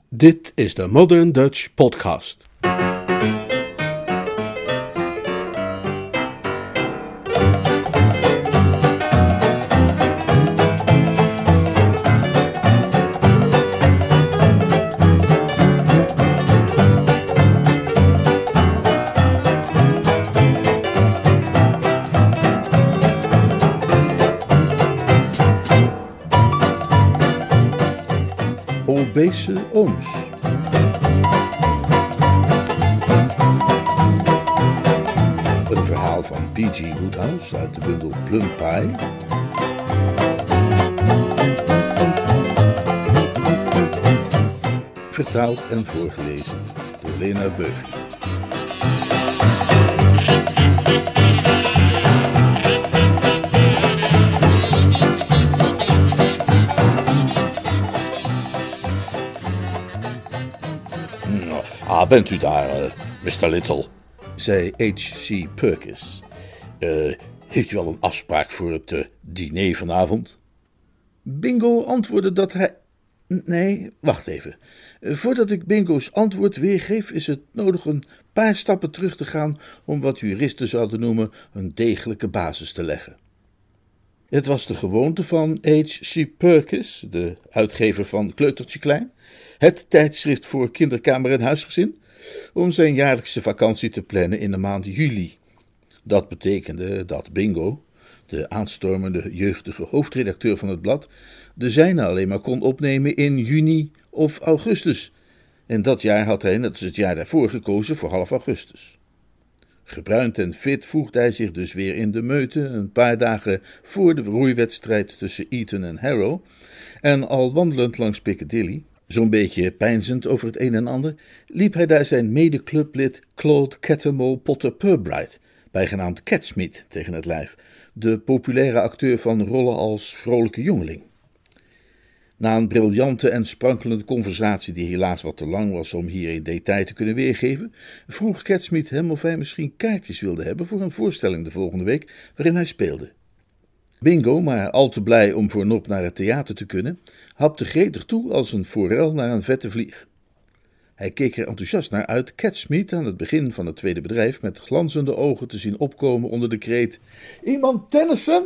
Dit is de Modern Dutch Podcast. Obese ooms. Een verhaal van P.G. Wodehouse uit de bundel Plum Pie. Vertaald en voorgelezen door Lena Beugel. Bent u daar, Mr. Little? Zei H.C. Perkins. Heeft u al een afspraak voor het diner vanavond? Bingo antwoordde dat hij... Nee, wacht even. Voordat ik Bingo's antwoord weergeef, is het nodig een paar stappen terug te gaan om wat juristen zouden noemen een degelijke basis te leggen. Het was de gewoonte van H.C. Perkins, de uitgever van Kleutertje Klein, het tijdschrift voor kinderkamer en huisgezin, om zijn jaarlijkse vakantie te plannen in de maand juli. Dat betekende dat Bingo, de aanstormende jeugdige hoofdredacteur van het blad, de zijne alleen maar kon opnemen in juni of augustus. En dat jaar had hij, net als het jaar daarvoor, gekozen voor half augustus. Gebruind en fit voegde hij zich dus weer in de meute een paar dagen voor de roeiwedstrijd tussen Eton en Harrow, en al wandelend langs Piccadilly, zo'n beetje peinzend over het een en ander, liep hij daar zijn mede-clublid Claude Cattermole Potter Purbright, bijgenaamd Catsmeet, tegen het lijf, de populaire acteur van rollen als vrolijke jongeling. Na een briljante en sprankelende conversatie die helaas wat te lang was om hier in detail te kunnen weergeven, vroeg Catsmeet hem of hij misschien kaartjes wilde hebben voor een voorstelling de volgende week waarin hij speelde. Bingo, maar al te blij om voornop naar het theater te kunnen, hapte gretig toe als een forel naar een vette vlieg. Hij keek er enthousiast naar uit Catsmeet aan het begin van het tweede bedrijf met glanzende ogen te zien opkomen onder de kreet: "Iemand Tennyson?"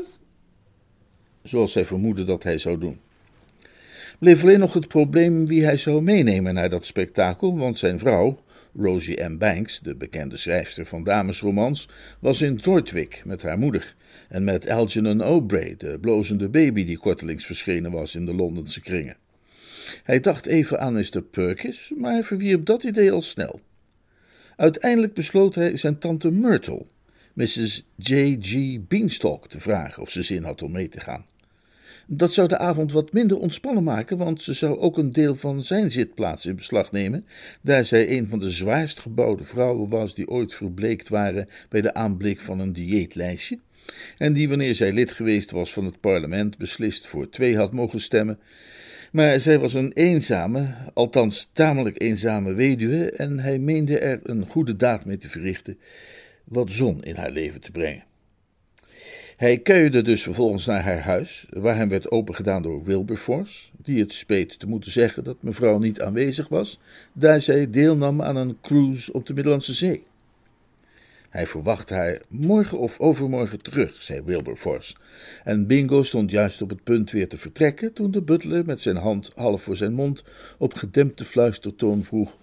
Zoals hij vermoedde dat hij zou doen. Bleef alleen nog het probleem wie hij zou meenemen naar dat spektakel, want zijn vrouw, Rosie M. Banks, de bekende schrijfster van damesromans, was in Droitwich met haar moeder en met Algernon Aubrey, de blozende baby die kortelings verschenen was in de Londense kringen. Hij dacht even aan Mr. Perkins, maar verwierp dat idee al snel. Uiteindelijk besloot hij zijn tante Myrtle, Mrs. J.G. Beanstalk, te vragen of ze zin had om mee te gaan. Dat zou de avond wat minder ontspannen maken, want ze zou ook een deel van zijn zitplaats in beslag nemen, daar zij een van de zwaarst gebouwde vrouwen was die ooit verbleekt waren bij de aanblik van een dieetlijstje, en die, wanneer zij lid geweest was van het parlement, beslist voor 2 had mogen stemmen. Maar zij was een eenzame, althans tamelijk eenzame weduwe, en hij meende er een goede daad mee te verrichten, wat zon in haar leven te brengen. Hij kuierde dus vervolgens naar haar huis, waar hem werd opengedaan door Wilberforce, die het speet te moeten zeggen dat mevrouw niet aanwezig was, daar zij deelnam aan een cruise op de Middellandse Zee. Hij verwachtte haar morgen of overmorgen terug, zei Wilberforce, en Bingo stond juist op het punt weer te vertrekken, toen de butler met zijn hand half voor zijn mond op gedempte fluistertoon vroeg: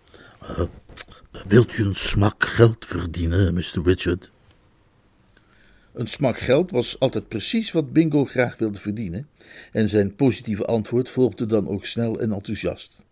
Wilt u een smak geld verdienen, Mr. Richard? Een smak geld was altijd precies wat Bingo graag wilde verdienen, en zijn positieve antwoord volgde dan ook snel en enthousiast.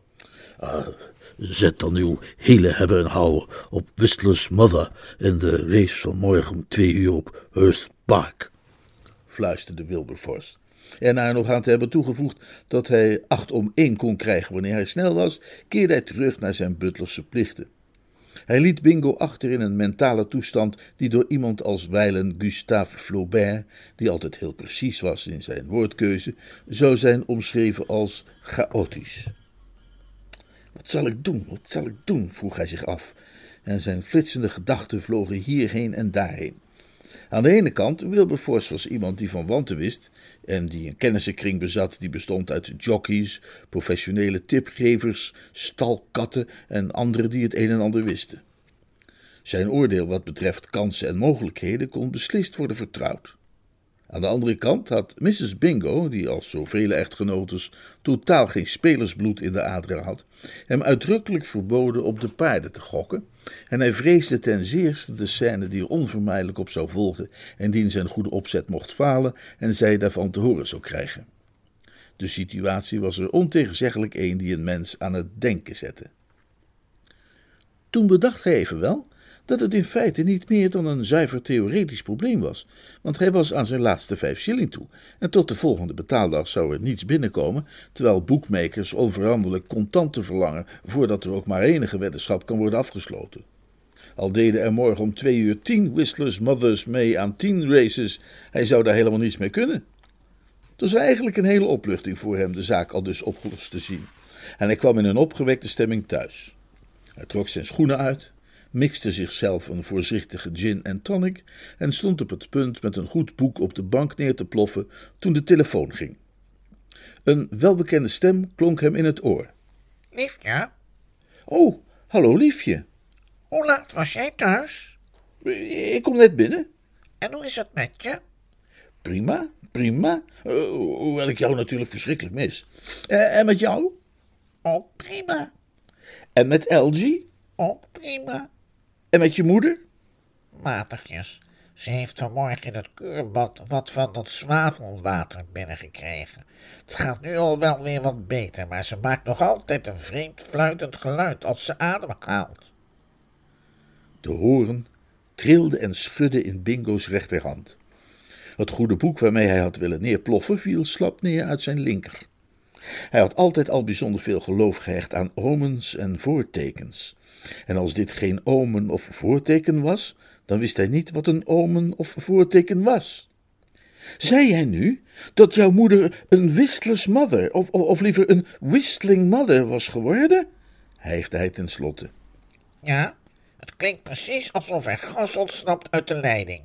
Zet dan uw hele hebben en houden op Whistler's Mother in de race van morgen om 2 uur op Hurst Park, fluisterde Wilberforce. En na er nog aan te hebben toegevoegd dat hij 8 om 1 kon krijgen wanneer hij snel was, keerde hij terug naar zijn butlerse plichten. Hij liet Bingo achter in een mentale toestand die door iemand als wijlen Gustave Flaubert, die altijd heel precies was in zijn woordkeuze, zou zijn omschreven als chaotisch. Wat zal ik doen? Vroeg hij zich af, en zijn flitsende gedachten vlogen hierheen en daarheen. Aan de ene kant, Wilberforce was iemand die van wanten wist en die een kennissenkring bezat die bestond uit jockeys, professionele tipgevers, stalkatten en anderen die het een en ander wisten. Zijn oordeel wat betreft kansen en mogelijkheden kon beslist worden vertrouwd. Aan de andere kant had Mrs. Bingo, die als zoveel echtgenotes totaal geen spelersbloed in de aderen had, hem uitdrukkelijk verboden op de paarden te gokken en hij vreesde ten zeerste de scène die er onvermijdelijk op zou volgen indien zijn goede opzet mocht falen en zij daarvan te horen zou krijgen. De situatie was er ontegenzeggelijk een die een mens aan het denken zette. Toen bedacht hij evenwel dat het in feite niet meer dan een zuiver theoretisch probleem was, want hij was aan zijn laatste 5 shilling toe en tot de volgende betaaldag zou er niets binnenkomen, terwijl boekmakers onveranderlijk contanten verlangen voordat er ook maar enige weddenschap kan worden afgesloten. Al deden er morgen om 2 uur 10 Whistler's Mothers mee aan 10 races, hij zou daar helemaal niets mee kunnen. Het was eigenlijk een hele opluchting voor hem de zaak al dus opgelost te zien en hij kwam in een opgewekte stemming thuis. Hij trok zijn schoenen uit, mixte zichzelf een voorzichtige gin en tonic en stond op het punt met een goed boek op de bank neer te ploffen toen de telefoon ging. Een welbekende stem klonk hem in het oor. Liefje? Oh, hallo liefje. Hoe laat was jij thuis? Ik kom net binnen. En hoe is het met je? Prima, prima. Hoewel ik jou natuurlijk verschrikkelijk mis. En met jou? Ook prima. En met Elgie? Ook prima. En met je moeder? Matigjes. Ze heeft vanmorgen in het keurbad wat van dat zwavelwater binnengekregen. Het gaat nu al wel weer wat beter, maar ze maakt nog altijd een vreemd fluitend geluid als ze ademhaalt. De hoorn trilde en schudde in Bingo's rechterhand. Het goede boek waarmee hij had willen neerploffen viel slap neer uit zijn linker. Hij had altijd al bijzonder veel geloof gehecht aan omens en voortekens. En als dit geen omen of voorteken was, dan wist hij niet wat een omen of voorteken was. Zei jij nu dat jouw moeder een Whistler's mother, of liever een whistling mother was geworden? Hijgde hij tenslotte. Ja, het klinkt precies alsof er gas ontsnapt uit de leiding.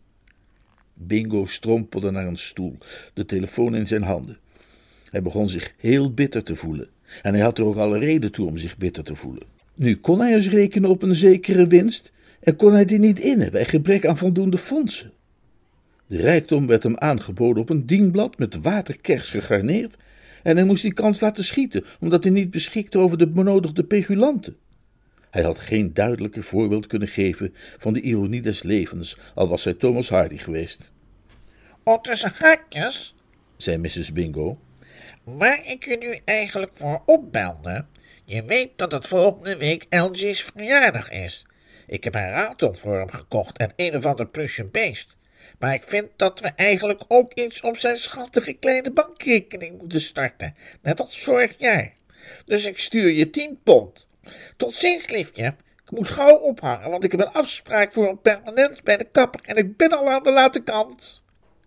Bingo strompelde naar een stoel, de telefoon in zijn handen. Hij begon zich heel bitter te voelen. En hij had er ook alle reden toe om zich bitter te voelen. Nu kon hij eens rekenen op een zekere winst en kon hij die niet innen bij gebrek aan voldoende fondsen. De rijkdom werd hem aangeboden op een dienblad met waterkers gegarneerd en hij moest die kans laten schieten omdat hij niet beschikte over de benodigde peculanten. Hij had geen duidelijker voorbeeld kunnen geven van de ironie des levens, al was hij Thomas Hardy geweest. Tussen haakjes, zei Mrs. Bingo. Waar ik je nu eigenlijk voor opbelde, je weet dat het volgende week Elgie's verjaardag is. Ik heb een ratel voor hem gekocht en een of ander plusje beest. Maar ik vind dat we eigenlijk ook iets op zijn schattige kleine bankrekening moeten starten, net als vorig jaar. Dus ik stuur je 10 pond. Tot ziens, liefje. Ik moet gauw ophangen, want ik heb een afspraak voor een permanent bij de kapper en ik ben al aan de late kant.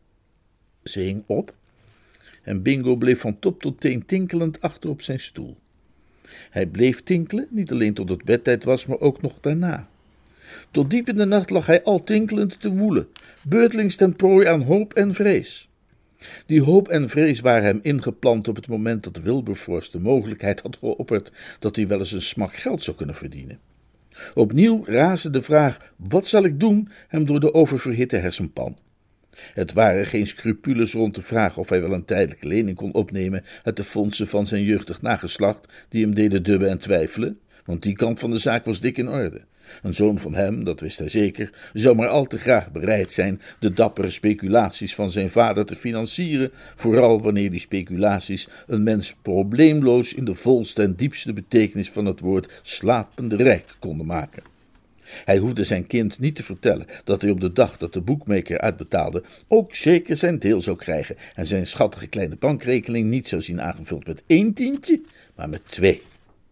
Ze hing op en Bingo bleef van top tot teen tinkelend achter op zijn stoel. Hij bleef tinkelen, niet alleen tot het bedtijd was, maar ook nog daarna. Tot diep in de nacht lag hij al tinkelend te woelen, beurtelings ten prooi aan hoop en vrees. Die hoop en vrees waren hem ingeplant op het moment dat Wilberforce de mogelijkheid had geopperd dat hij wel eens een smak geld zou kunnen verdienen. Opnieuw raasde de vraag, wat zal ik doen, hem door de oververhitte hersenpan. Het waren geen scrupules rond de vraag of hij wel een tijdelijke lening kon opnemen uit de fondsen van zijn jeugdig nageslacht, die hem deden dubben en twijfelen, want die kant van de zaak was dik in orde. Een zoon van hem, dat wist hij zeker, zou maar al te graag bereid zijn de dappere speculaties van zijn vader te financieren, vooral wanneer die speculaties een mens probleemloos in de volste en diepste betekenis van het woord slapende rijk konden maken. Hij hoefde zijn kind niet te vertellen dat hij op de dag dat de boekmaker uitbetaalde ook zeker zijn deel zou krijgen en zijn schattige kleine bankrekening niet zou zien aangevuld met 1 tientje, maar met 2.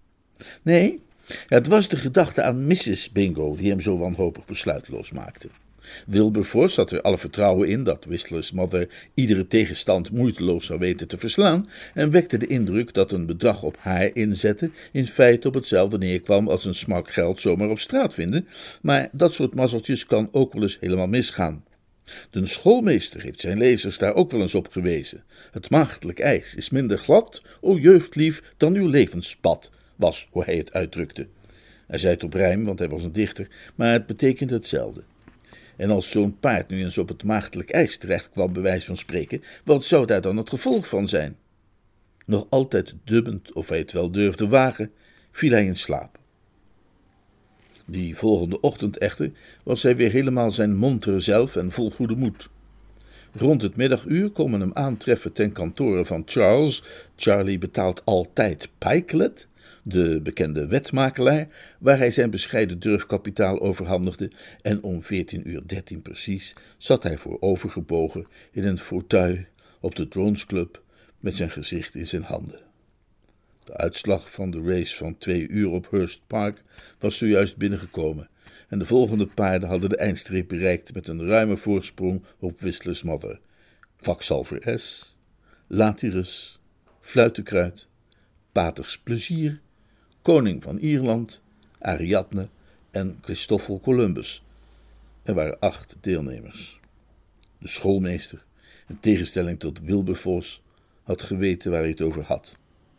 Nee, het was de gedachte aan Mrs. Bingo die hem zo wanhopig besluiteloos maakte. Wilberforce had er alle vertrouwen in dat Whistler's mother iedere tegenstand moeiteloos zou weten te verslaan en wekte de indruk dat een bedrag op haar inzetten in feite op hetzelfde neerkwam als een smak geld zomaar op straat vinden, maar dat soort mazzeltjes kan ook wel eens helemaal misgaan. De schoolmeester heeft zijn lezers daar ook wel eens op gewezen. Het maagdelijk ijs is minder glad, o jeugdlief, dan uw levenspad, was hoe hij het uitdrukte. Hij zei het op rijm, want hij was een dichter, maar het betekent hetzelfde. En als zo'n paard nu eens op het maagdelijk ijs terecht kwam, bij wijze van spreken, wat zou daar dan het gevolg van zijn? Nog altijd dubbend of hij het wel durfde wagen, viel hij in slaap. Die volgende ochtend echter was hij weer helemaal zijn montere zelf en vol goede moed. Rond het middaguur kon men hem aantreffen ten kantore van Charles, Charlie betaalt altijd Pikelet, de bekende wetmakelaar, waar hij zijn bescheiden durfkapitaal overhandigde, en om 14:13 precies zat hij voorovergebogen in een fauteuil op de Drones Club met zijn gezicht in zijn handen. De uitslag van de race van 2 uur op Hurst Park was zojuist binnengekomen en de volgende paarden hadden de eindstreep bereikt met een ruime voorsprong op Whistler's Mother, Kwakzalver S, Latyrus, Fluitenkruid, Paters Plezier, Koning van Ierland, Ariadne en Christoffel Columbus. Er waren 8 deelnemers. De schoolmeester, in tegenstelling tot Wilberforce, had geweten waar hij het over had.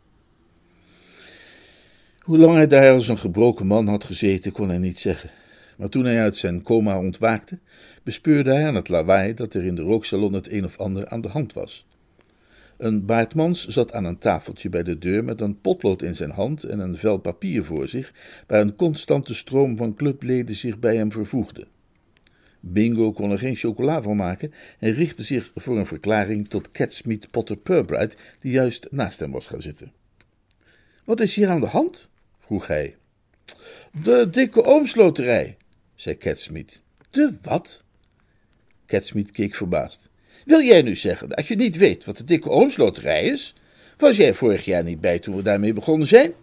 Hoe lang hij daar als een gebroken man had gezeten, kon hij niet zeggen. Maar toen hij uit zijn coma ontwaakte, bespeurde hij aan het lawaai dat er in de rooksalon het een of ander aan de hand was. Een baardmans zat aan een tafeltje bij de deur met een potlood in zijn hand en een vel papier voor zich, waar een constante stroom van clubleden zich bij hem vervoegde. Bingo kon er geen chocola van maken en richtte zich voor een verklaring tot Catsmeet Potter Purbright, die juist naast hem was gaan zitten. Wat is hier aan de hand? Vroeg hij. De dikke oomsloterij, zei Catsmeet. De wat? Catsmeet keek verbaasd. Wil jij nu zeggen dat je niet weet wat de dikke oomsloterij is? Was jij vorig jaar niet bij toen we daarmee begonnen zijn?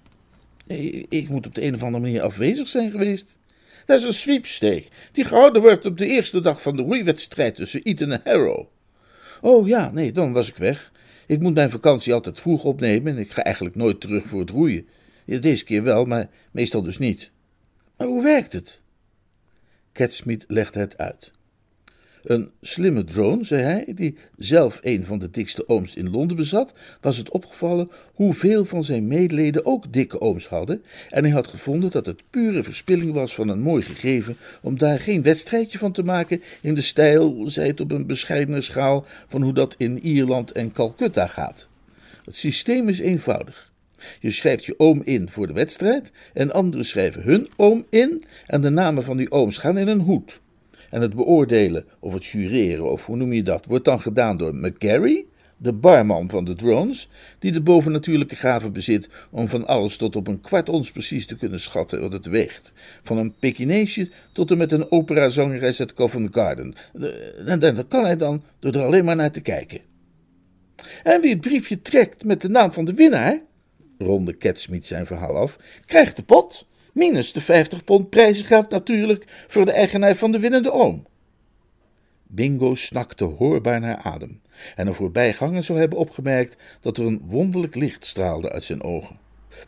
Ik moet op de een of andere manier afwezig zijn geweest. Dat is een sweepstake die gehouden wordt op de eerste dag van de roeiwedstrijd tussen Eton en Harrow. Oh ja, nee, dan was ik weg. Ik moet mijn vakantie altijd vroeg opnemen en ik ga eigenlijk nooit terug voor het roeien. Ja, deze keer wel, maar meestal dus niet. Maar hoe werkt het? Catsmeet legde het uit. Een slimme drone, zei hij, die zelf een van de dikste ooms in Londen bezat, was het opgevallen hoeveel van zijn medeleden ook dikke ooms hadden, en hij had gevonden dat het pure verspilling was van een mooi gegeven om daar geen wedstrijdje van te maken in de stijl, zei het op een bescheidener schaal, van hoe dat in Ierland en Calcutta gaat. Het systeem is eenvoudig. Je schrijft je oom in voor de wedstrijd en anderen schrijven hun oom in en de namen van die ooms gaan in een hoed. En het beoordelen of het jureren, of hoe noem je dat, wordt dan gedaan door McGarry, de barman van de Drones, die de bovennatuurlijke gave bezit om van alles tot op een kwart ons precies te kunnen schatten wat het weegt. Van een Pekineesje tot en met een operazangeres uit Covent Garden. En dat kan hij dan door er alleen maar naar te kijken. En wie het briefje trekt met de naam van de winnaar, ronde Catsmeet zijn verhaal af, krijgt de pot. Minus de 50 pond prijzengeld natuurlijk voor de eigenaar van de winnende oom. Bingo snakte hoorbaar naar adem en een voorbijganger zou hebben opgemerkt dat er een wonderlijk licht straalde uit zijn ogen.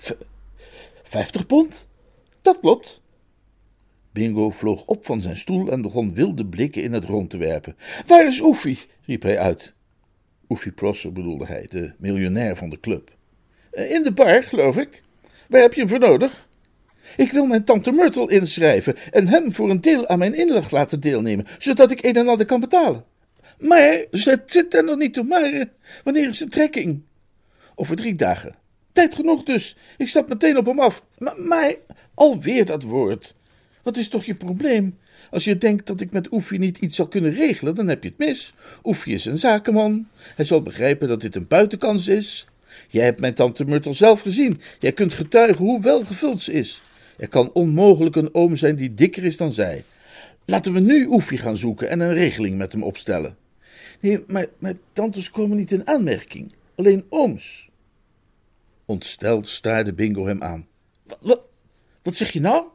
50 pond? Dat klopt. Bingo vloog op van zijn stoel en begon wilde blikken in het rond te werpen. Waar is Oefie? Riep hij uit. Oefie Prosser bedoelde hij, de miljonair van de club. In de bar, geloof ik. Waar heb je hem voor nodig? Ik wil mijn tante Myrtle inschrijven en hem voor een deel aan mijn inleg laten deelnemen, zodat ik een en ander kan betalen. Maar, zit er nog niet toe, maar wanneer is de trekking? Over 3 dagen. Tijd genoeg dus. Ik stap meteen op hem af. Maar alweer dat woord. Wat is toch je probleem? Als je denkt dat ik met Oefie niet iets zal kunnen regelen, dan heb je het mis. Oefie is een zakenman. Hij zal begrijpen dat dit een buitenkans is. Jij hebt mijn tante Myrtle zelf gezien. Jij kunt getuigen hoe welgevuld ze is. Er kan onmogelijk een oom zijn die dikker is dan zij. Laten we nu Oefie gaan zoeken en een regeling met hem opstellen. Nee, maar tantes komen niet in aanmerking. Alleen ooms. Ontsteld staarde Bingo hem aan. Wat zeg je nou?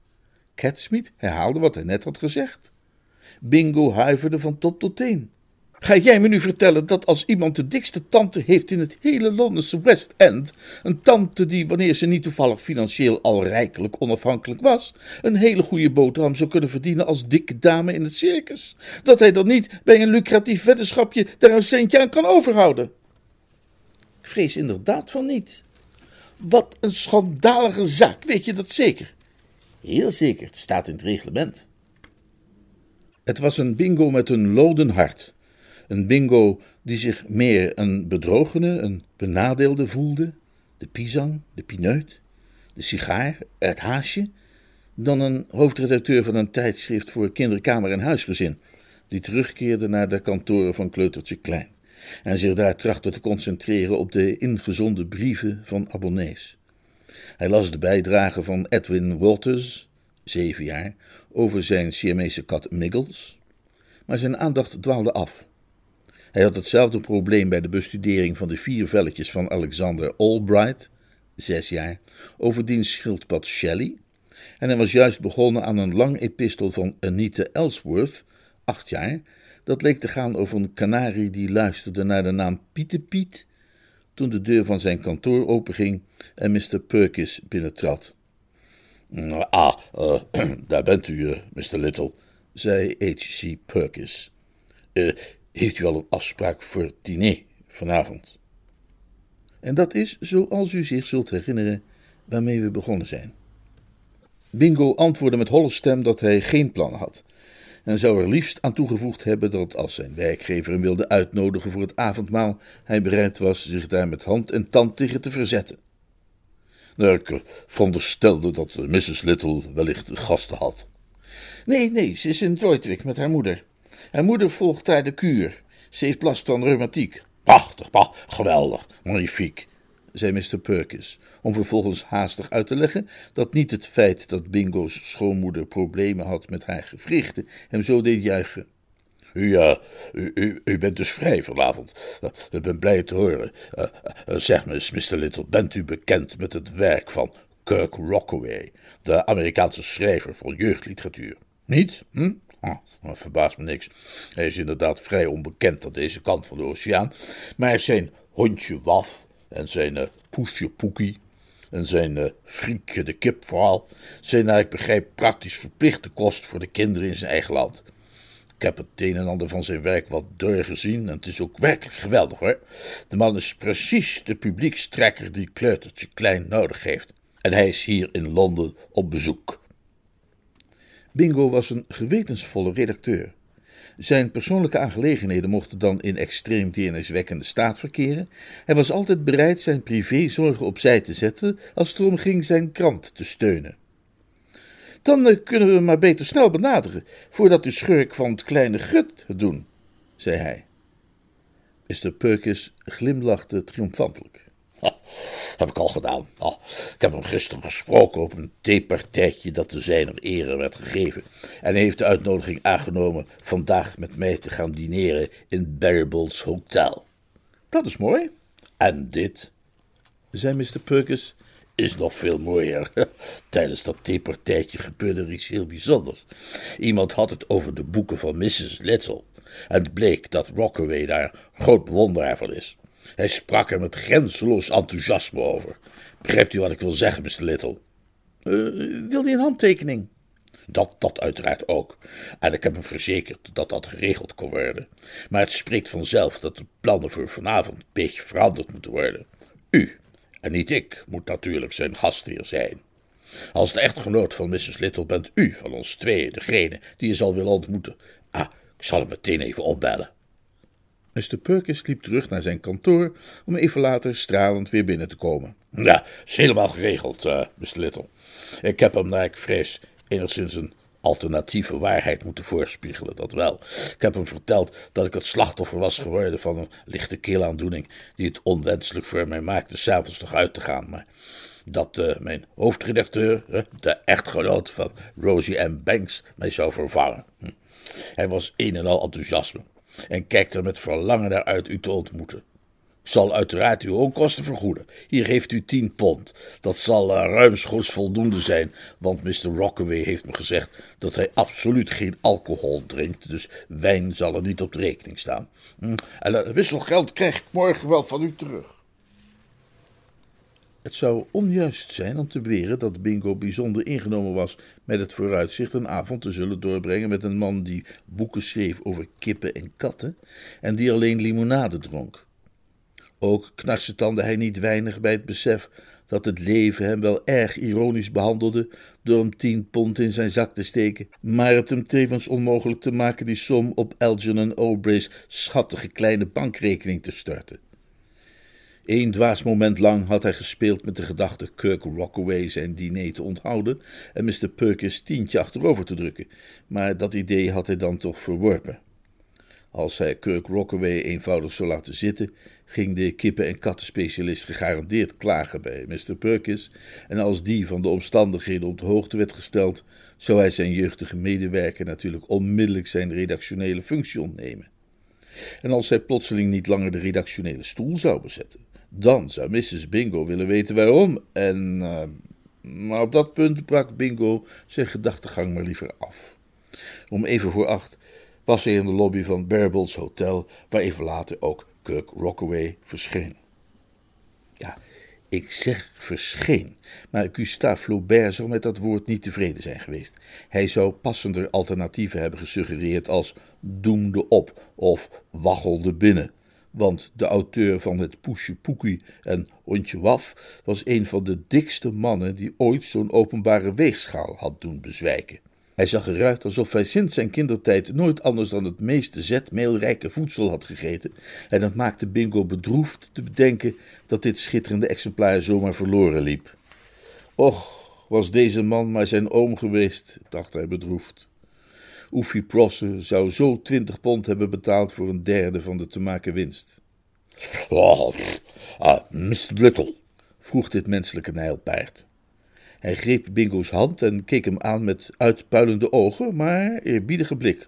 Catsmeet herhaalde wat hij net had gezegd. Bingo huiverde van top tot teen. Ga jij me nu vertellen dat als iemand de dikste tante heeft in het hele Londense West End, een tante die, wanneer ze niet toevallig financieel al rijkelijk onafhankelijk was, een hele goede boterham zou kunnen verdienen als dikke dame in het circus, dat hij dan niet bij een lucratief weddenschapje daar een centje aan kan overhouden? Ik vrees inderdaad van niet. Wat een schandalige zaak, weet je dat zeker? Heel zeker, het staat in het reglement. Het was een bingo met een loden hart. Een bingo die zich meer een bedrogene, een benadeelde voelde, de pisang, de pineut, de sigaar, het haasje, dan een hoofdredacteur van een tijdschrift voor kinderkamer en huisgezin, die terugkeerde naar de kantoren van Kleutertje Klein en zich daar trachtte te concentreren op de ingezonden brieven van abonnees. Hij las de bijdrage van Edwin Walters, 7 jaar, over zijn Siamese kat Miggles, maar zijn aandacht dwaalde af. Hij had hetzelfde probleem bij de bestudering van de 4 velletjes van Alexander Albright, 6 jaar, over diens schildpad Shelley, en hij was juist begonnen aan een lang epistel van Anita Ellsworth, 8 jaar, dat leek te gaan over een kanarie die luisterde naar de naam Pietepiet, toen de deur van zijn kantoor openging en Mr. Perkis binnentrad. Daar bent u, Mr. Little, zei H.C. Perkis. Heeft u al een afspraak voor het diner vanavond? En dat is, zoals u zich zult herinneren, waarmee we begonnen zijn. Bingo antwoordde met holle stem dat hij geen plan had en zou er liefst aan toegevoegd hebben dat als zijn werkgever hem wilde uitnodigen voor het avondmaal, hij bereid was zich daar met hand en tand tegen te verzetten. Ik veronderstelde dat Mrs. Little wellicht gasten had. Nee, ze is in Droitwich met haar moeder. Haar moeder volgt daar de kuur. Ze heeft last van reumatiek. Prachtig, geweldig, magnifiek, zei Mr. Perkis, om vervolgens haastig uit te leggen dat niet het feit dat Bingo's schoonmoeder problemen had met haar gewrichten hem zo deed juichen. U bent dus vrij vanavond. Ik ben blij te horen. Zeg me eens, Mr. Little, bent u bekend met het werk van Kirk Rockaway, de Amerikaanse schrijver van jeugdliteratuur? Niet? Dat verbaast me niks. Hij is inderdaad vrij onbekend aan deze kant van de oceaan, maar zijn Hondje Waf en zijn Poesje Poekie en zijn Friekje de Kip vooral zijn naar ik begrijp praktisch verplichte kost voor de kinderen in zijn eigen land. Ik heb het een en ander van zijn werk wat doorgezien en het is ook werkelijk geweldig hoor. De man is precies de publiekstrekker die Kleutertje Klein nodig heeft. En hij is hier in Londen op bezoek. Bingo was een gewetensvolle redacteur. Zijn persoonlijke aangelegenheden mochten dan in extreem deerniswekkende staat verkeren. Hij was altijd bereid zijn privézorgen opzij te zetten als het erom ging zijn krant te steunen. Dan kunnen we maar beter snel benaderen, voordat de schurk van het kleine Gut het doen, zei hij. Mr. Perkis glimlachte triomfantelijk. Heb ik al gedaan. Ik heb hem gisteren gesproken op een theepartijtje dat te zijner ere werd gegeven. En hij heeft de uitnodiging aangenomen vandaag met mij te gaan dineren in Barrible's Hotel. Dat is mooi. En dit, zei Mr. Perkis, is nog veel mooier. Tijdens dat theepartijtje gebeurde er iets heel bijzonders. Iemand had het over de boeken van Mrs. Little. En het bleek dat Rockaway daar groot bewonderaar van is. Hij sprak er met grenzeloos enthousiasme over. Begrijpt u wat ik wil zeggen, Mr. Little? Wil hij een handtekening? Dat uiteraard ook. En ik heb hem verzekerd dat dat geregeld kon worden. Maar het spreekt vanzelf dat de plannen voor vanavond een beetje veranderd moeten worden. U, en niet ik, moet natuurlijk zijn gastheer zijn. Als de echtgenoot van Mrs. Little bent u van ons tweeën degene die je zal willen ontmoeten. Ik zal hem meteen even opbellen. Mr. Perkis liep terug naar zijn kantoor om even later stralend weer binnen te komen. Ja, is helemaal geregeld, Mr. Little. Ik heb hem, naar ik vrees, enigszins een alternatieve waarheid moeten voorspiegelen, dat wel. Ik heb hem verteld dat ik het slachtoffer was geworden van een lichte keelaandoening die het onwenselijk voor mij maakte 's avonds nog uit te gaan, maar dat mijn hoofdredacteur, de echtgenoot van Rosie M. Banks, mij zou vervangen. Hij was een en al enthousiasme en kijkt er met verlangen naar uit u te ontmoeten. Ik zal uiteraard uw onkosten vergoeden. Hier heeft u 10 pond. Dat zal ruimschoots voldoende zijn, want Mr. Rockaway heeft me gezegd dat hij absoluut geen alcohol drinkt, dus wijn zal er niet op de rekening staan. En het wisselgeld krijg ik morgen wel van u terug. Het zou onjuist zijn om te beweren dat Bingo bijzonder ingenomen was met het vooruitzicht een avond te zullen doorbrengen met een man die boeken schreef over kippen en katten en die alleen limonade dronk. Ook knarsetandde hij niet weinig bij het besef dat het leven hem wel erg ironisch behandelde door hem 10 pond in zijn zak te steken, maar het hem tevens onmogelijk te maken die som op Algernon Aubrey's schattige kleine bankrekening te storten. 1 dwaas moment lang had hij gespeeld met de gedachte Kirk Rockaway zijn diner te onthouden en Mr. Perkins 10 achterover te drukken, maar dat idee had hij dan toch verworpen. Als hij Kirk Rockaway eenvoudig zou laten zitten, ging de kippen- en kattenspecialist gegarandeerd klagen bij Mr. Perkins, en als die van de omstandigheden op de hoogte werd gesteld, zou hij zijn jeugdige medewerker natuurlijk onmiddellijk zijn redactionele functie ontnemen. En als hij plotseling niet langer de redactionele stoel zou bezetten, dan zou Mrs. Bingo willen weten waarom, maar op dat punt brak Bingo zijn gedachtegang maar liever af. Om even voor 8 was hij in de lobby van Barrable's Hotel, waar even later ook Kirk Rockaway verscheen. Ja, ik zeg verscheen, maar Gustave Flaubert zou met dat woord niet tevreden zijn geweest. Hij zou passender alternatieven hebben gesuggereerd als doemde op of waggelde binnen. Want de auteur van het Poesje Poekie en Hondje Waf was een van de dikste mannen die ooit zo'n openbare weegschaal had doen bezwijken. Hij zag eruit alsof hij sinds zijn kindertijd nooit anders dan het meest zetmeelrijke voedsel had gegeten, en dat maakte Bingo bedroefd te bedenken dat dit schitterende exemplaar zomaar verloren liep. Och, was deze man maar zijn oom geweest, dacht hij bedroefd. Oefie Prosse zou zo 20 pond hebben betaald voor een derde van de te maken winst. Mr. Little, vroeg dit menselijke nijlpaard. Hij greep Bingo's hand en keek hem aan met uitpuilende ogen, maar eerbiedige blik.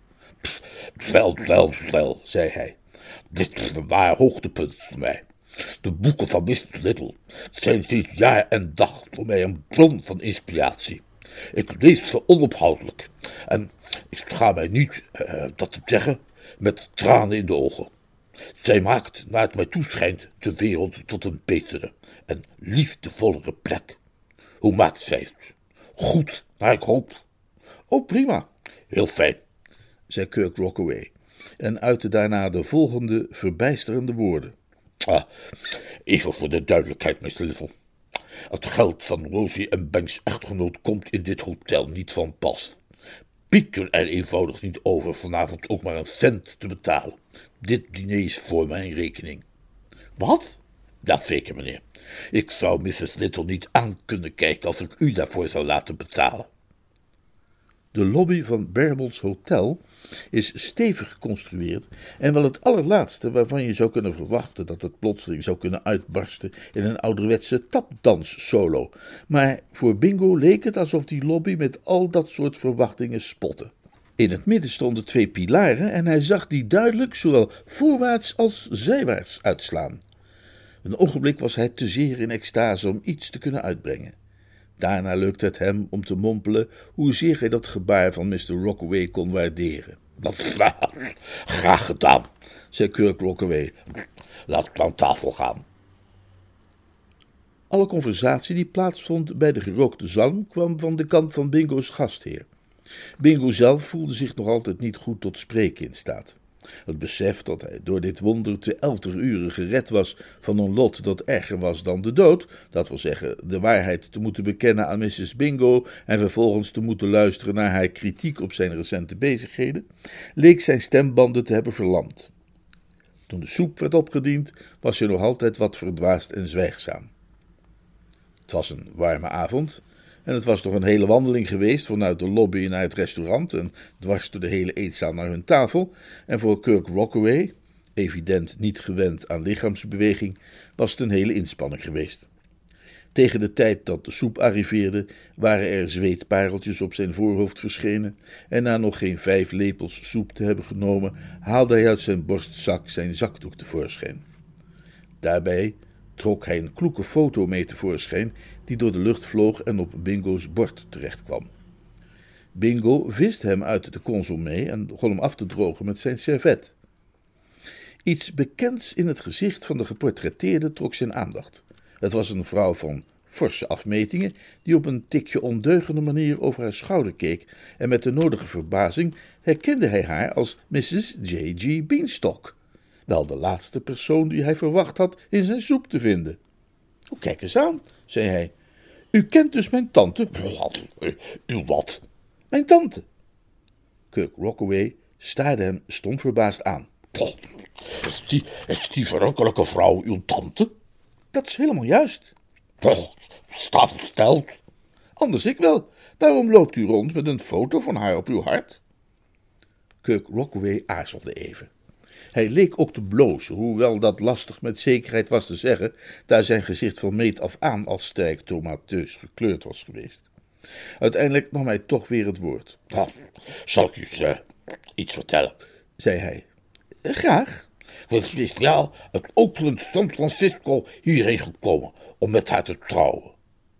Wel, zei hij. Dit waren hoogtepunten voor mij. De boeken van Mr. Little zijn sinds jaar en dag voor mij een bron van inspiratie. Ik lees ze onophoudelijk en ik schaam mij niet dat te zeggen met tranen in de ogen. Zij maakt, naar het mij toeschijnt, de wereld tot een betere en liefdevollere plek. Hoe maakt zij het? Goed, naar ik hoop. Oh, prima. Heel fijn, zei Kirk Rockaway en uitte daarna de volgende verbijsterende woorden. Even voor de duidelijkheid, Mr. Little. Het geld van Rosie en Banks' echtgenoot komt in dit hotel niet van pas. Piek er eenvoudig niet over vanavond ook maar een cent te betalen. Dit diner is voor mijn rekening. Wat? Ja, zeker, meneer. Ik zou Mrs. Little niet aan kunnen kijken als ik u daarvoor zou laten betalen. De lobby van Barrable's Hotel is stevig geconstrueerd en wel het allerlaatste waarvan je zou kunnen verwachten dat het plotseling zou kunnen uitbarsten in een ouderwetse tapdanssolo. Maar voor Bingo leek het alsof die lobby met al dat soort verwachtingen spotte. In het midden stonden 2 pilaren en hij zag die duidelijk zowel voorwaarts als zijwaarts uitslaan. Een ogenblik was hij te zeer in extase om iets te kunnen uitbrengen. Daarna lukte het hem om te mompelen hoezeer hij dat gebaar van Mr. Rockaway kon waarderen. Graag gedaan, zei Kirk Rockaway. Laat aan tafel gaan. Alle conversatie die plaatsvond bij de gerookte zalm kwam van de kant van Bingo's gastheer. Bingo zelf voelde zich nog altijd niet goed tot spreken in staat. Het besef dat hij door dit wonder te 11 uren gered was van een lot dat erger was dan de dood, dat wil zeggen de waarheid te moeten bekennen aan Mrs. Bingo en vervolgens te moeten luisteren naar haar kritiek op zijn recente bezigheden, leek zijn stembanden te hebben verlamd. Toen de soep werd opgediend, was hij nog altijd wat verdwaasd en zwijgzaam. Het was een warme avond en het was nog een hele wandeling geweest vanuit de lobby naar het restaurant en dwars door de hele eetzaal naar hun tafel, en voor Kirk Rockaway, evident niet gewend aan lichaamsbeweging, was het een hele inspanning geweest. Tegen de tijd dat de soep arriveerde, waren er zweetpareltjes op zijn voorhoofd verschenen en na nog geen 5 lepels soep te hebben genomen, haalde hij uit zijn borstzak zijn zakdoek tevoorschijn. Daarbij trok hij een kloeke foto mee tevoorschijn die door de lucht vloog en op Bingo's bord terechtkwam. Bingo viste hem uit de consommé en begon hem af te drogen met zijn servet. Iets bekends in het gezicht van de geportretteerde trok zijn aandacht. Het was een vrouw van forse afmetingen die op een tikje ondeugende manier over haar schouder keek en met de nodige verbazing herkende hij haar als Mrs. J.G. Beanstalk, wel de laatste persoon die hij verwacht had in zijn soep te vinden. "O, kijk eens aan," zei hij. "U kent dus mijn tante?" Uw wat? "Mijn tante." Kirk Rockaway staarde hem stom verbaasd aan. Is die verrukkelijke vrouw uw tante? "Dat is helemaal juist." Staat versteld. "Anders ik wel. Waarom loopt u rond met een foto van haar op uw hart?" Kirk Rockaway aarzelde even. Hij leek ook te blozen, hoewel dat lastig met zekerheid was te zeggen, daar zijn gezicht van meet af aan al sterk tomateus gekleurd was geweest. Uiteindelijk nam hij toch weer het woord. Zal ik u iets vertellen? Zei hij. "Graag." We is ja uit Oakland, San Francisco hierheen gekomen om met haar te trouwen.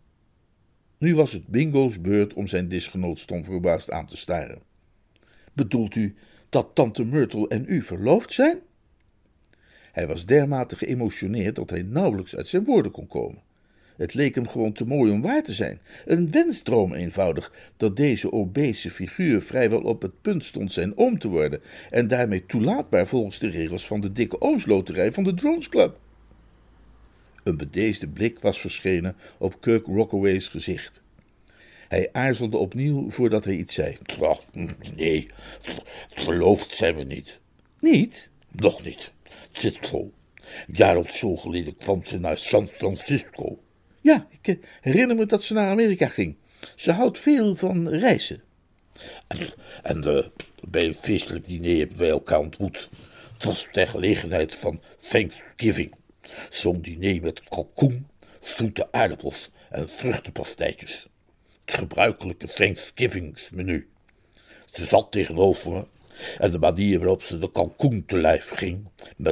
Nu was het Bingo's beurt om zijn disgenoot stom verbaasd aan te staren. "Bedoelt u dat tante Myrtle en u verloofd zijn?" Hij was dermate geëmotioneerd dat hij nauwelijks uit zijn woorden kon komen. Het leek hem gewoon te mooi om waar te zijn. Een wensdroom eenvoudig, dat deze obese figuur vrijwel op het punt stond zijn oom te worden en daarmee toelaatbaar volgens de regels van de dikke oomsloterij van de Drones Club. Een bedeesde blik was verschenen op Kirk Rockaway's gezicht. Hij aarzelde opnieuw voordat hij iets zei. Nee, verloofd zijn we niet. "Niet?" Nog niet. Het zit zo. Een jaar of zo geleden kwam ze naar San Francisco. "Ja, ik herinner me dat ze naar Amerika ging. Ze houdt veel van reizen." En bij een feestelijk diner hebben wij elkaar ontmoet. Het was ter gelegenheid van Thanksgiving. Zo'n diner met kalkoen, zoete aardappels en vruchtenpastijtjes. Het gebruikelijke Thanksgivingsmenu. Ze zat tegenover me en de manier waarop ze de kalkoen te lijf ging,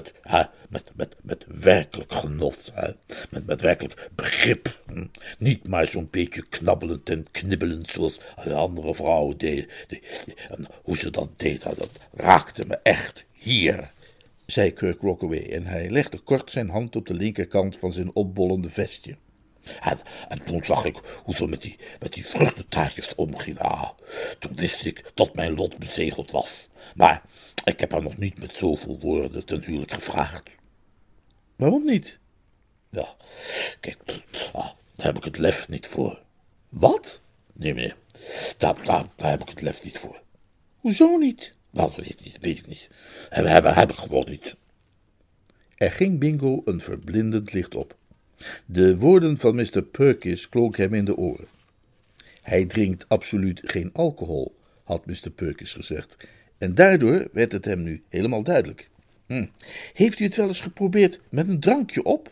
met werkelijk genot, met werkelijk begrip. Niet maar zo'n beetje knabbelend en knibbelend zoals andere vrouwen deden. En hoe ze dat deed, dat raakte me echt hier, zei Kirk Rockaway en hij legde kort zijn hand op de linkerkant van zijn opbollende vestje. En toen zag ik hoe ze met die vruchtentaartjes omging. Toen wist ik dat mijn lot bezegeld was. Maar ik heb haar nog niet met zoveel woorden ten huwelijk gevraagd. "Waarom niet?" Ja, kijk, daar heb ik het lef niet voor. "Wat?" Nee, meneer, daar heb ik het lef niet voor. "Hoezo niet?" Nou, dat weet ik niet. Heb ik gewoon niet. Er ging Bingo een verblindend licht op. De woorden van Mr. Perkins klonken hem in de oren. "Hij drinkt absoluut geen alcohol," had Mr. Perkins gezegd, en daardoor werd het hem nu helemaal duidelijk. "Heeft u het wel eens geprobeerd met een drankje op?"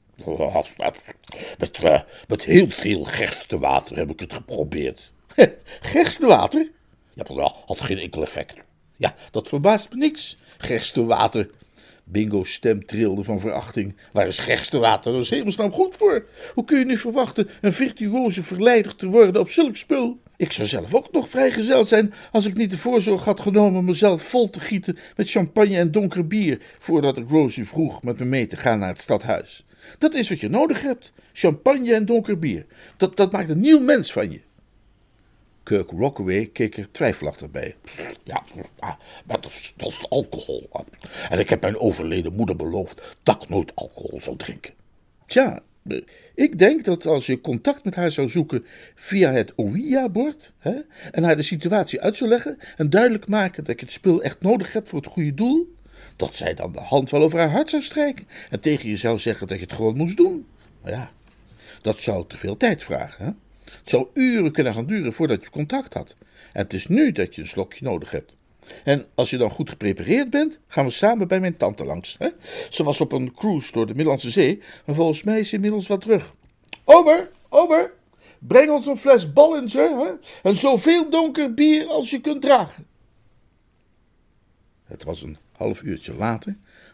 Met heel veel gerstewater heb ik het geprobeerd. "Gerstewater?" Ja, maar dat had geen enkel effect. "Ja, dat verbaast me niks. Gerstewater." Bingo's stem trilde van verachting. "Waar is gerstewater nou hemelsnaam goed voor? Hoe kun je nu verwachten een virtuoze verleider te worden op zulk spul? Ik zou zelf ook nog vrijgezel zijn als ik niet de voorzorg had genomen mezelf vol te gieten met champagne en donker bier voordat ik Rosie vroeg met me mee te gaan naar het stadhuis. Dat is wat je nodig hebt. Champagne en donker bier. Dat maakt een nieuw mens van je." Kirk Rockaway keek er twijfelachtig bij. Ja, maar dat is alcohol. En ik heb mijn overleden moeder beloofd dat ik nooit alcohol zou drinken. "Tja, ik denk dat als je contact met haar zou zoeken via het Ouija-bord en haar de situatie uit zou leggen en duidelijk maken dat je het spul echt nodig hebt voor het goede doel, dat zij dan de hand wel over haar hart zou strijken en tegen je zou zeggen dat je het gewoon moest doen. Maar ja, dat zou te veel tijd vragen. Het zou uren kunnen gaan duren voordat je contact had. En het is nu dat je een slokje nodig hebt. En als je dan goed geprepareerd bent, gaan we samen bij mijn tante langs. Ze was op een cruise door de Middellandse Zee, maar volgens mij is ze inmiddels wel terug. Ober, breng ons een fles Ballinger en zoveel donker bier als je kunt dragen." Het was een half uurtje later,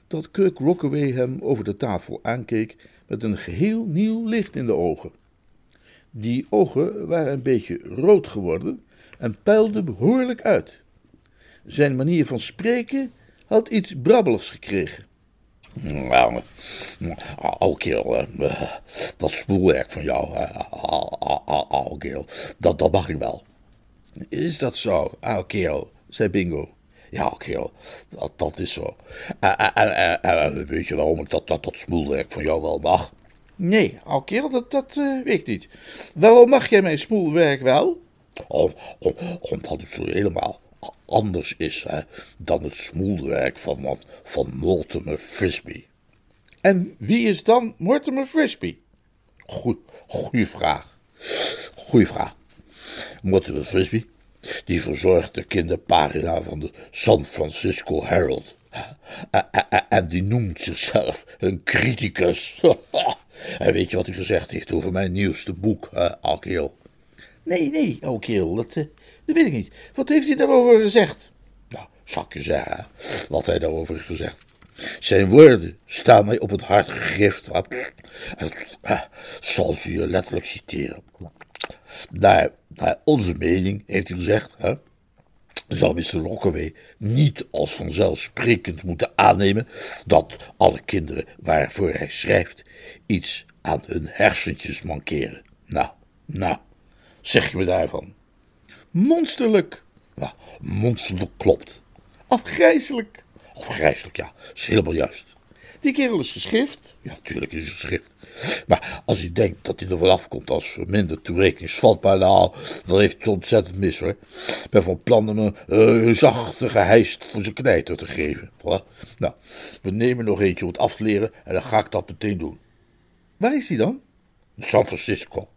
dat Kirk Rockaway hem over de tafel aankeek met een geheel nieuw licht in de ogen. Die ogen waren een beetje rood geworden en puilden behoorlijk uit. Zijn manier van spreken had iets brabbeligs gekregen. Nou, oude kerel, dat spoelwerk van jou, oude kerel, dat mag ik wel. Is dat zo, oude kerel, zei Bingo. Ja, oude kerel, dat is zo. Weet je waarom ik dat smoelwerk van jou wel mag? Nee, oude kerel, dat weet ik niet. Waarom mag jij mijn smoelwerk wel? Omdat het zo helemaal anders is dan het smoelwerk van Mortimer Frisbee. En wie is dan Mortimer Frisbee? Goeie vraag. Mortimer Frisbee, die verzorgt de kinderpagina van de San Francisco Herald. En die noemt zichzelf een criticus. En weet je wat hij gezegd heeft over mijn nieuwste boek, oude kerel? Nee, oude kerel, dat weet ik niet. Wat heeft hij daarover gezegd? Nou, zal ik je zeggen wat hij daarover heeft gezegd. Zijn woorden staan mij op het hart gegrift. Zal ze je letterlijk citeren. Naar onze mening, heeft hij gezegd, zal Mr. Rockaway niet als vanzelfsprekend moeten aannemen dat alle kinderen waarvoor hij schrijft iets aan hun hersentjes mankeren. Nou, zeg je me daarvan? Monsterlijk. Nou, monsterlijk klopt. Afgrijselijk. Afgrijselijk, ja, is helemaal juist. Die kerel is geschift. Ja, natuurlijk is het geschrift. Maar als hij denkt dat hij er vanaf komt als minder toerekeningsvatbaar, nou, dan heeft hij het ontzettend mis, hoor. Ik ben van plan hem een zachte hijst voor zijn knijter te geven. Voilà. Nou, we nemen nog eentje om het af te leren en dan ga ik dat meteen doen. Waar is hij dan? San Francisco.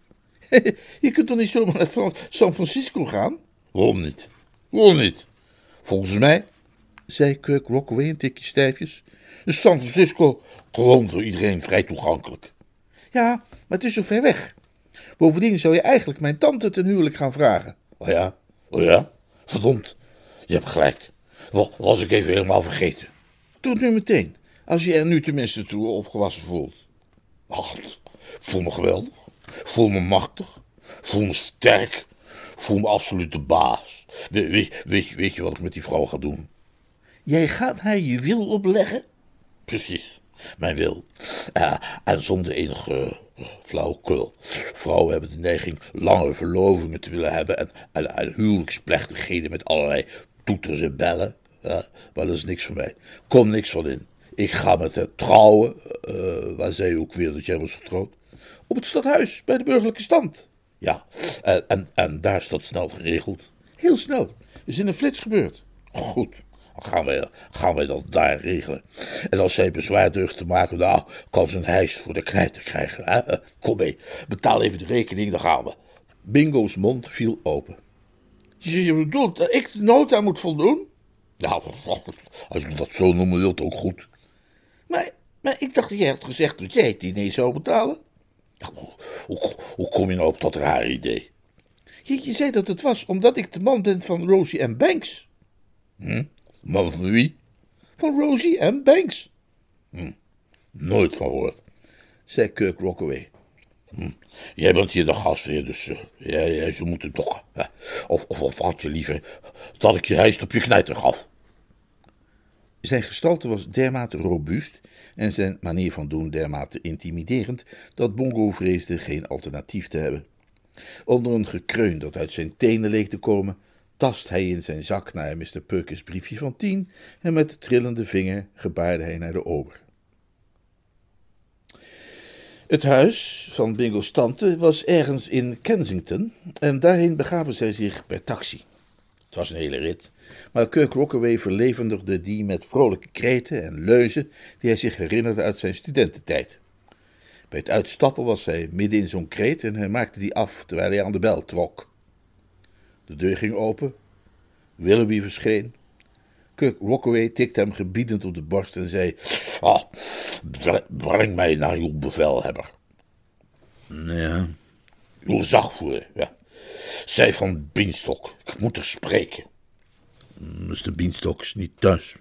Je kunt toch niet zomaar naar San Francisco gaan? Waarom niet? Volgens mij, zei Kirk Rockaway een tikje stijfjes. is San Francisco gewoon voor iedereen vrij toegankelijk. Ja, maar het is zo ver weg. Bovendien zou je eigenlijk mijn tante ten huwelijk gaan vragen. Oh ja? Verdomd, je hebt gelijk. Was ik even helemaal vergeten. Doe het nu meteen, als je er nu tenminste toe opgewassen voelt. Ach, ik voel me geweldig. Ik voel me machtig. Ik voel me sterk. Ik voel me absoluut de baas. Weet je wat ik met die vrouw ga doen? Jij gaat haar je wil opleggen? Precies, mijn wil. En zonder enige flauwekul. Vrouwen hebben de neiging lange verlovingen te willen hebben en huwelijksplechtigheden met allerlei toeters en bellen. Maar dat is niks voor mij. Kom niks van in. Ik ga met haar trouwen. Waar zei je ook weer dat jij was getrouwd? Op het stadhuis, bij de burgerlijke stand. Ja, en daar is dat snel geregeld. Heel snel. Is in een flits gebeurd. Goed, dan gaan wij dat daar regelen. En als zij bezwaar durft te maken, nou, kan ze een hijs voor de knijter krijgen. Hè? Kom mee, betaal even de rekening, dan gaan we. Bingo's mond viel open. Je bedoelt dat ik de nota moet voldoen? Nou, als je dat zo noemen wilt, ook goed. Maar ik dacht dat jij had gezegd dat jij het diner zou betalen. Hoe kom je nou op dat rare idee? Je zei dat het was omdat ik de man ben van Rosie M. Banks. Man van wie? Van Rosie M. Banks. Nooit van gehoord, zei Kirk Rockaway. Jij bent hier de gastheer, dus jij zou moeten dokken. Of had je liever dat ik je hijst op je knijter gaf? Zijn gestalte was dermate robuust en zijn manier van doen dermate intimiderend dat Bongo vreesde geen alternatief te hebben. Onder een gekreun dat uit zijn tenen leek te komen, tast hij in zijn zak naar Mr. Perkins' briefje van 10 en met de trillende vinger gebaarde hij naar de ober. Het huis van Bingo's tante was ergens in Kensington en daarheen begaven zij zich per taxi. Het was een hele rit, maar Kirk Rockaway verlevendigde die met vrolijke kreten en leuzen die hij zich herinnerde uit zijn studententijd. Bij het uitstappen was hij midden in zo'n kreet en hij maakte die af terwijl hij aan de bel trok. De deur ging open, Willoughby verscheen. Kirk Rockaway tikte hem gebiedend op de borst en zei: Breng mij naar uw bevelhebber. Ja. Uw zachtvoerder, ja. Zij van Bienstok, ik moet er spreken. Mr. Bienstok is niet thuis. Nee.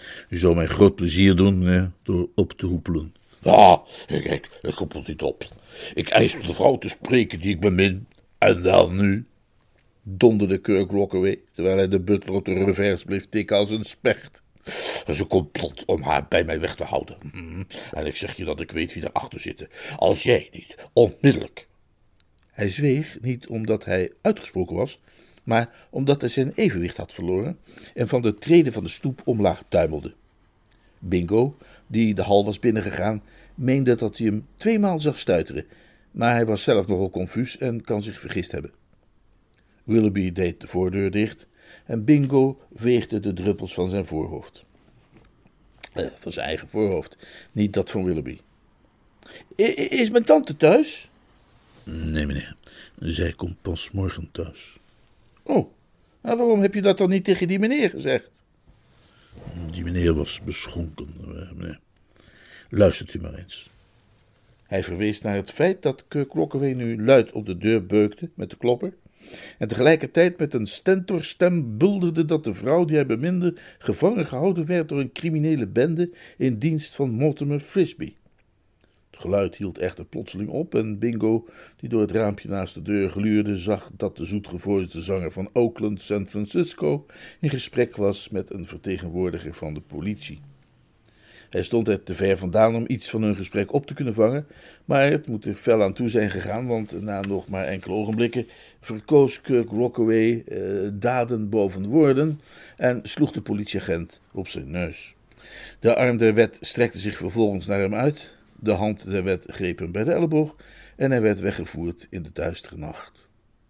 U zou mij groot plezier doen, meneer, door op te hoepelen. Ah, ik hoepel niet op. Ik eis de vrouw te spreken die ik bemin. En dan nu? Donderde Kirk Rockaway, terwijl hij de butler op de revers bleef tikken als een specht. Ze complot om haar bij mij weg te houden. En ik zeg je dat ik weet wie erachter zit. Als jij niet onmiddellijk. Hij zweeg, niet omdat hij uitgesproken was, maar omdat hij zijn evenwicht had verloren en van de trede van de stoep omlaag tuimelde. Bingo, die de hal was binnengegaan, meende dat hij hem 2 maal zag stuiteren, maar hij was zelf nogal confuus en kan zich vergist hebben. Willoughby deed de voordeur dicht en Bingo veegde de druppels van zijn voorhoofd. Van zijn eigen voorhoofd, niet dat van Willoughby. Is mijn tante thuis? Nee, meneer. Zij komt pas morgen thuis. Oh, nou, waarom heb je dat dan niet tegen die meneer gezegd? Die meneer was beschonken, meneer. Luistert u maar eens. Hij verwees naar het feit dat Kirk Rockaway nu luid op de deur beukte met de klopper en tegelijkertijd met een stentorstem bulderde dat de vrouw die hij beminde gevangen gehouden werd door een criminele bende in dienst van Mortimer Frisbee. Het geluid hield echter plotseling op en Bingo, die door het raampje naast de deur gluurde, zag dat de zoetgevoelige zanger van Oakland, San Francisco, in gesprek was met een vertegenwoordiger van de politie. Hij stond er te ver vandaan om iets van hun gesprek op te kunnen vangen, maar het moet er fel aan toe zijn gegaan, want na nog maar enkele ogenblikken verkoos Kirk Rockaway daden boven woorden en sloeg de politieagent op zijn neus. De arm der wet strekte zich vervolgens naar hem uit, de hand der wet greep hem bij de elleboog en hij werd weggevoerd in de duistere nacht.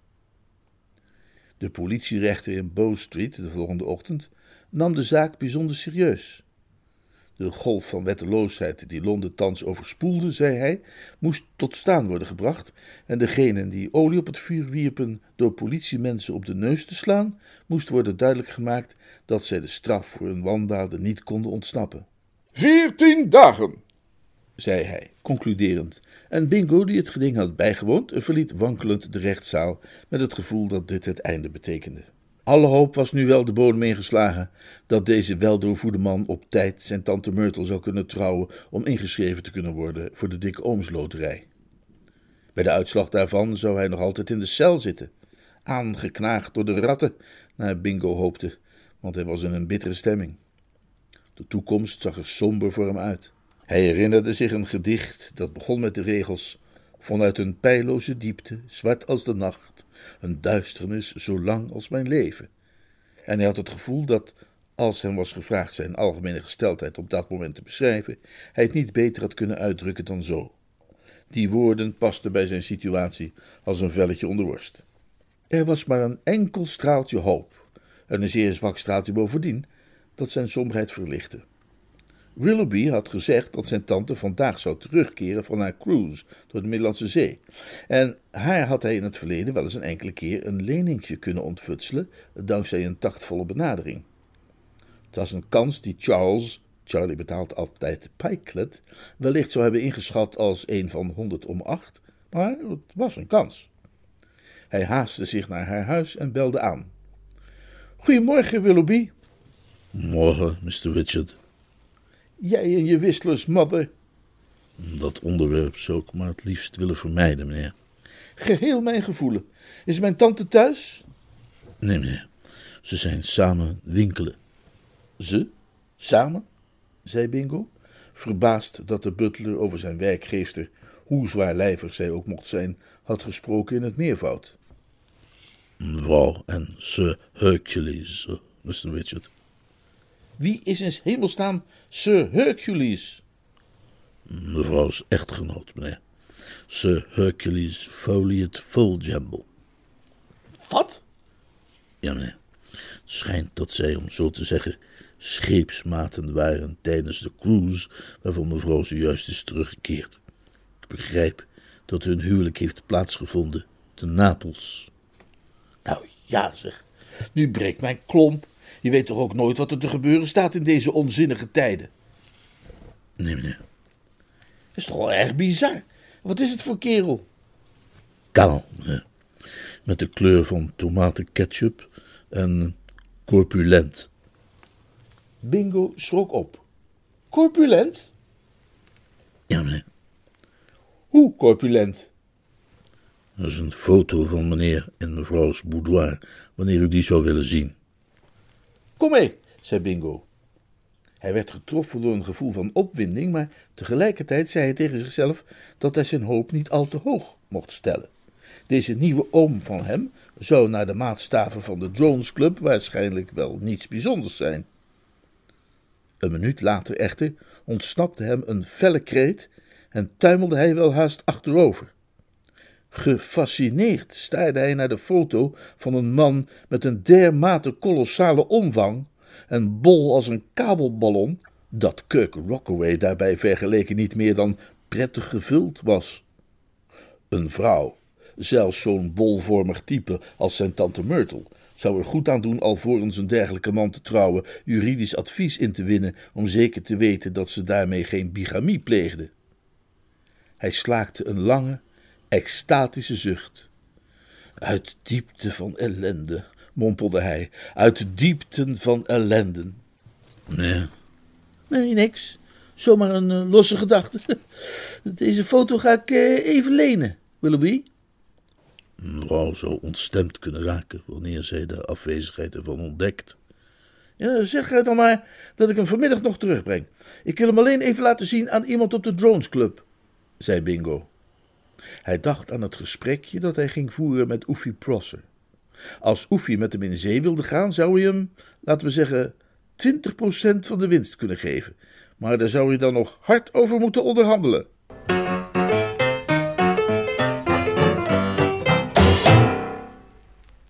De politierechter in Bow Street de volgende ochtend nam de zaak bijzonder serieus. De golf van wetteloosheid die Londen thans overspoelde, zei hij, moest tot staan worden gebracht en degenen die olie op het vuur wierpen door politiemensen op de neus te slaan, moest worden duidelijk gemaakt dat zij de straf voor hun wandaden niet konden ontsnappen. 14 dagen, zei hij, concluderend, en Bingo, die het geding had bijgewoond, verliet wankelend de rechtszaal met het gevoel dat dit het einde betekende. Alle hoop was nu wel de bodem ingeslagen dat deze weldoorvoede man op tijd zijn tante Myrtle zou kunnen trouwen om ingeschreven te kunnen worden voor de Dick Ooms loterij. Bij de uitslag daarvan zou hij nog altijd in de cel zitten, aangeknaagd door de ratten, naar Bingo hoopte, want hij was in een bittere stemming. De toekomst zag er somber voor hem uit. Hij herinnerde zich een gedicht dat begon met de regels: vanuit een peilloze diepte, zwart als de nacht, een duisternis zo lang als mijn leven. En hij had het gevoel dat, als hem was gevraagd zijn algemene gesteldheid op dat moment te beschrijven, hij het niet beter had kunnen uitdrukken dan zo. Die woorden pasten bij zijn situatie als een velletje onder worst. Er was maar een enkel straaltje hoop, en een zeer zwak straaltje bovendien, dat zijn somberheid verlichtte. Willoughby had gezegd dat zijn tante vandaag zou terugkeren van haar cruise door de Middellandse Zee. En haar had hij in het verleden wel eens een enkele keer een leningje kunnen ontfutselen, dankzij een tactvolle benadering. Het was een kans die Charlie betaalt altijd pikelet, wellicht zou hebben ingeschat als een van 100 om 8, maar het was een kans. Hij haastte zich naar haar huis en belde aan. Goedemorgen, Willoughby. Morgen, Mr. Richard. Jij en je whistlers, mother. Dat onderwerp zou ik maar het liefst willen vermijden, meneer. Geheel mijn gevoelen. Is mijn tante thuis? Nee, meneer. Ze zijn samen winkelen. Ze? Samen? Zei Bingo, verbaasd dat de butler over zijn werkgeefster, hoe zwaarlijvig zij ook mocht zijn, had gesproken in het meervoud. Mevrouw en Sir Hercules, Mr. Richard. Wie is in hemelsnaam Sir Hercules? Mevrouws echtgenoot, meneer. Sir Hercules Folliot Foljambe. Wat? Ja, meneer. Het schijnt dat zij, om zo te zeggen, scheepsmaten waren tijdens de cruise waarvan mevrouw zojuist is teruggekeerd. Ik begrijp dat hun huwelijk heeft plaatsgevonden te Napels. Nou ja zeg, nu breekt mijn klomp. Je weet toch ook nooit wat er te gebeuren staat in deze onzinnige tijden? Nee, meneer. Dat is toch wel erg bizar. Wat is het voor kerel? Kaal, meneer. Met de kleur van tomatenketchup en corpulent. Bingo schrok op. Corpulent? Ja, meneer. Hoe corpulent? Dat is een foto van meneer en mevrouw's boudoir, wanneer u die zou willen zien. Kom mee, zei Bingo. Hij werd getroffen door een gevoel van opwinding, maar tegelijkertijd zei hij tegen zichzelf dat hij zijn hoop niet al te hoog mocht stellen. Deze nieuwe oom van hem zou naar de maatstaven van de Drones Club waarschijnlijk wel niets bijzonders zijn. Een minuut later echter ontsnapte hem een felle kreet en tuimelde hij wel haast achterover. Gefascineerd staarde hij naar de foto van een man met een dermate kolossale omvang en bol als een kabelballon, dat Kirk Rockaway daarbij vergeleken niet meer dan prettig gevuld was. Een vrouw, zelfs zo'n bolvormig type als zijn tante Myrtle, zou er goed aan doen alvorens een dergelijke man te trouwen juridisch advies in te winnen om zeker te weten dat ze daarmee geen bigamie pleegde. Hij slaakte een lange, extatische zucht. Uit diepte van ellende, mompelde hij, uit diepten van ellenden. Nee. Nee, niks. Zomaar een losse gedachte. Deze foto ga ik even lenen, Willoughby. Een vrouw zou ontstemd kunnen raken wanneer zij de afwezigheid ervan ontdekt. Ja, zeg dan maar dat ik hem vanmiddag nog terugbreng. Ik wil hem alleen even laten zien aan iemand op de Drones Club, zei Bingo. Hij dacht aan het gesprekje dat hij ging voeren met Oefie Prosser. Als Oefie met hem in zee wilde gaan, zou hij hem, laten we zeggen, 20% van de winst kunnen geven. Maar daar zou hij dan nog hard over moeten onderhandelen.